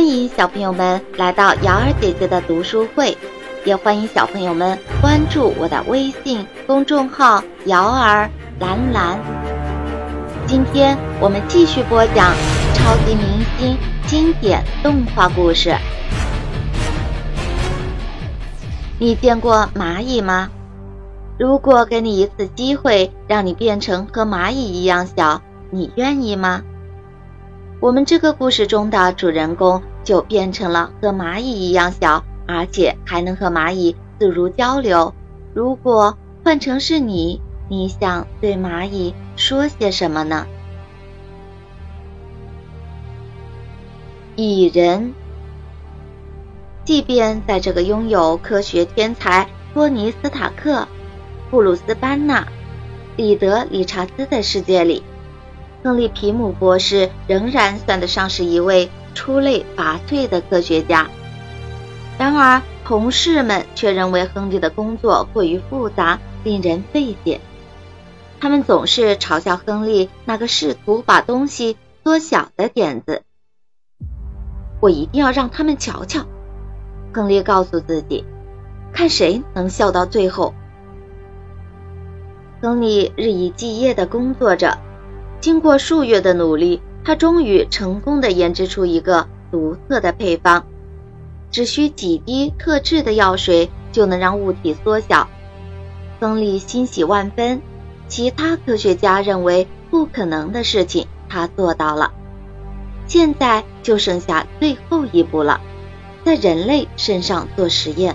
欢迎小朋友们来到瑶儿姐姐的读书会，也欢迎小朋友们关注我的微信公众号瑶儿蓝蓝。今天我们继续播讲超级明星经典动画故事。你见过蚂蚁吗？如果给你一次机会，让你变成和蚂蚁一样小，你愿意吗？我们这个故事中的主人公就变成了和蚂蚁一样小，而且还能和蚂蚁自如交流。如果换成是你，你想对蚂蚁说些什么呢？蚁人。即便在这个拥有科学天才托尼斯塔克、布鲁斯班纳、彼得理查兹的世界里，亨利皮姆博士仍然算得上是一位出类拔萃的科学家。然而同事们却认为亨利的工作过于复杂，令人费解。他们总是嘲笑亨利那个试图把东西缩小的点子。我一定要让他们瞧瞧，亨利告诉自己，看谁能笑到最后。亨利日以继夜地工作着，经过数月的努力，他终于成功地研制出一个独特的配方，只需几滴特制的药水就能让物体缩小。亨利欣喜万分，其他科学家认为不可能的事情他做到了。现在就剩下最后一步了，在人类身上做实验。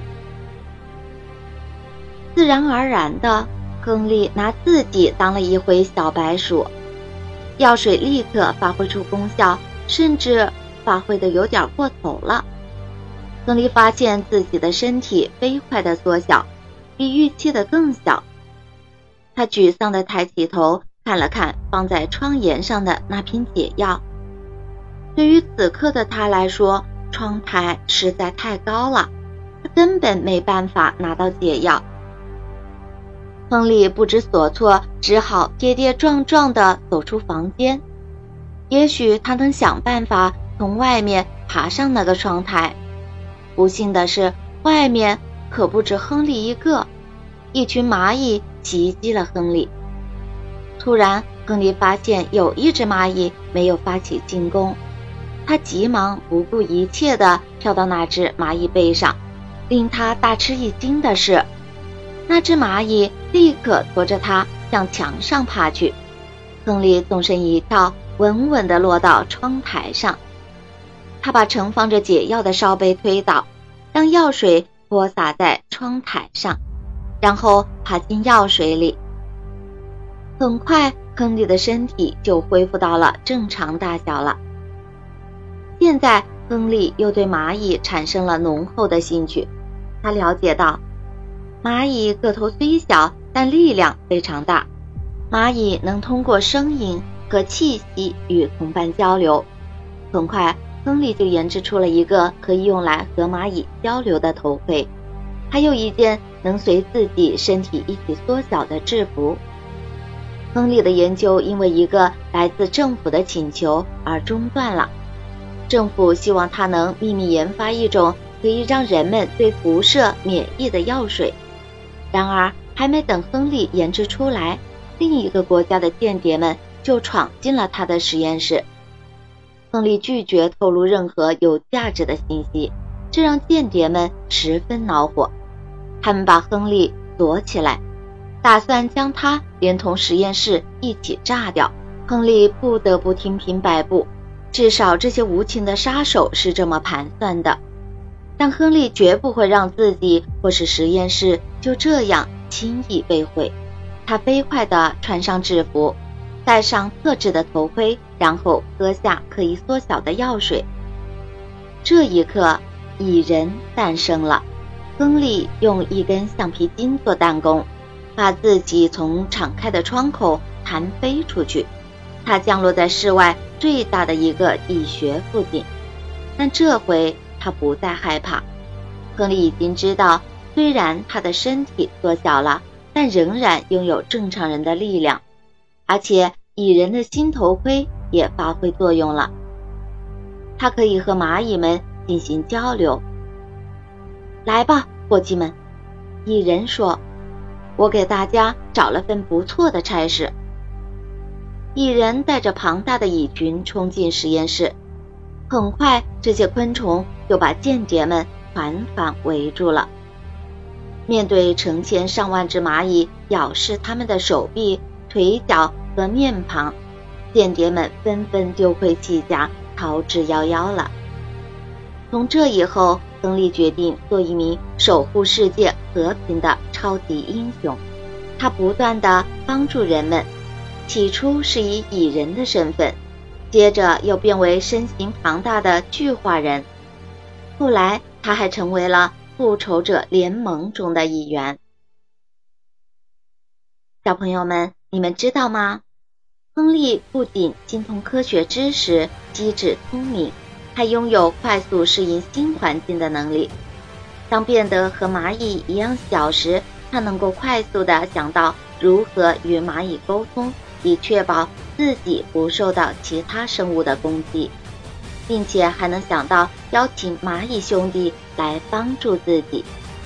自然而然的，亨利拿自己当了一回小白鼠，药水立刻发挥出功效，甚至发挥得有点过头了。亨利发现自己的身体飞快地缩小，比预期的更小。他沮丧地抬起头，看了看放在窗沿上的那瓶解药。对于此刻的他来说，窗台实在太高了，他根本没办法拿到解药。亨利不知所措，只好跌跌撞撞地走出房间。也许他能想办法从外面爬上那个窗台。不幸的是，外面可不止亨利一个，一群蚂蚁袭击了亨利。突然，亨利发现有一只蚂蚁没有发起进攻，他急忙不顾一切地跳到那只蚂蚁背上。令他大吃一惊的是，那只蚂蚁立刻驮着他向墙上爬去。亨利纵身一跳，稳稳地落到窗台上。他把盛放着解药的烧杯推倒，让药水泼洒在窗台上，然后爬进药水里。很快，亨利的身体就恢复到了正常大小了。现在，亨利又对蚂蚁产生了浓厚的兴趣。他了解到，蚂蚁个头虽小，但力量非常大。蚂蚁能通过声音和气息与同伴交流。很快，亨利就研制出了一个可以用来和蚂蚁交流的头盔，还有一件能随自己身体一起缩小的制服。亨利的研究因为一个来自政府的请求而中断了。政府希望他能秘密研发一种可以让人们对辐射免疫的药水。然而，还没等亨利研制出来，另一个国家的间谍们就闯进了他的实验室。亨利拒绝透露任何有价值的信息，这让间谍们十分恼火。他们把亨利锁起来，打算将他连同实验室一起炸掉。亨利不得不听凭摆布，至少这些无情的杀手是这么盘算的。但亨利绝不会让自己或是实验室就这样轻易被毁。他飞快地穿上制服，戴上特制的头盔，然后喝下可以缩小的药水。这一刻，蚁人诞生了。亨利用一根橡皮筋做弹弓，把自己从敞开的窗口弹飞出去。他降落在室外最大的一个蚁穴附近，但这回他不再害怕。亨利已经知道，虽然他的身体缩小了，但仍然拥有正常人的力量，而且蚁人的新头盔也发挥作用了。 它可以和蚂蚁们进行交流。来吧，伙计们，蚁人说，我给大家找了份不错的差事。蚁人带着庞大的蚁群冲进实验室，很快这些昆虫就把间谍们团团围住了。面对成千上万只蚂蚁咬噬他们的手臂、腿脚和面庞，间谍们纷纷丢盔弃甲，逃之夭夭了。从这以后，亨利决定做一名守护世界和平的超级英雄。他不断地帮助人们，起初是以蚁人的身份，接着又变为身形庞大的巨化人，后来他还成为了复仇者联盟中的一员。小朋友们，你们知道吗？亨利不仅精通科学知识、机智聪明，还拥有快速适应新环境的能力。当变得和蚂蚁一样小时，他能够快速地想到如何与蚂蚁沟通，以确保自己不受到其他生物的攻击，并且还能想到邀请蚂蚁兄弟来帮助自己。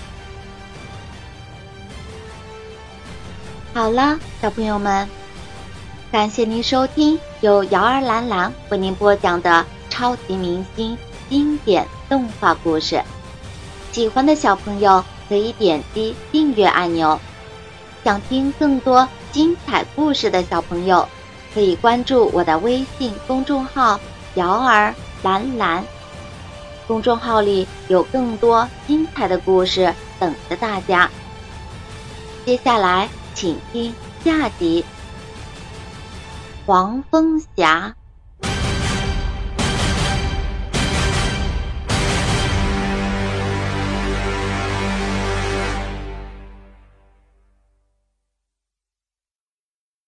好了，小朋友们，感谢您收听由瑶儿兰兰为您播讲的超级明星经典动画故事。喜欢的小朋友可以点击订阅按钮，想听更多精彩故事的小朋友可以关注我的微信公众号瑶儿兰兰，公众号里有更多精彩的故事等着大家。接下来请听下集，黄蜂侠。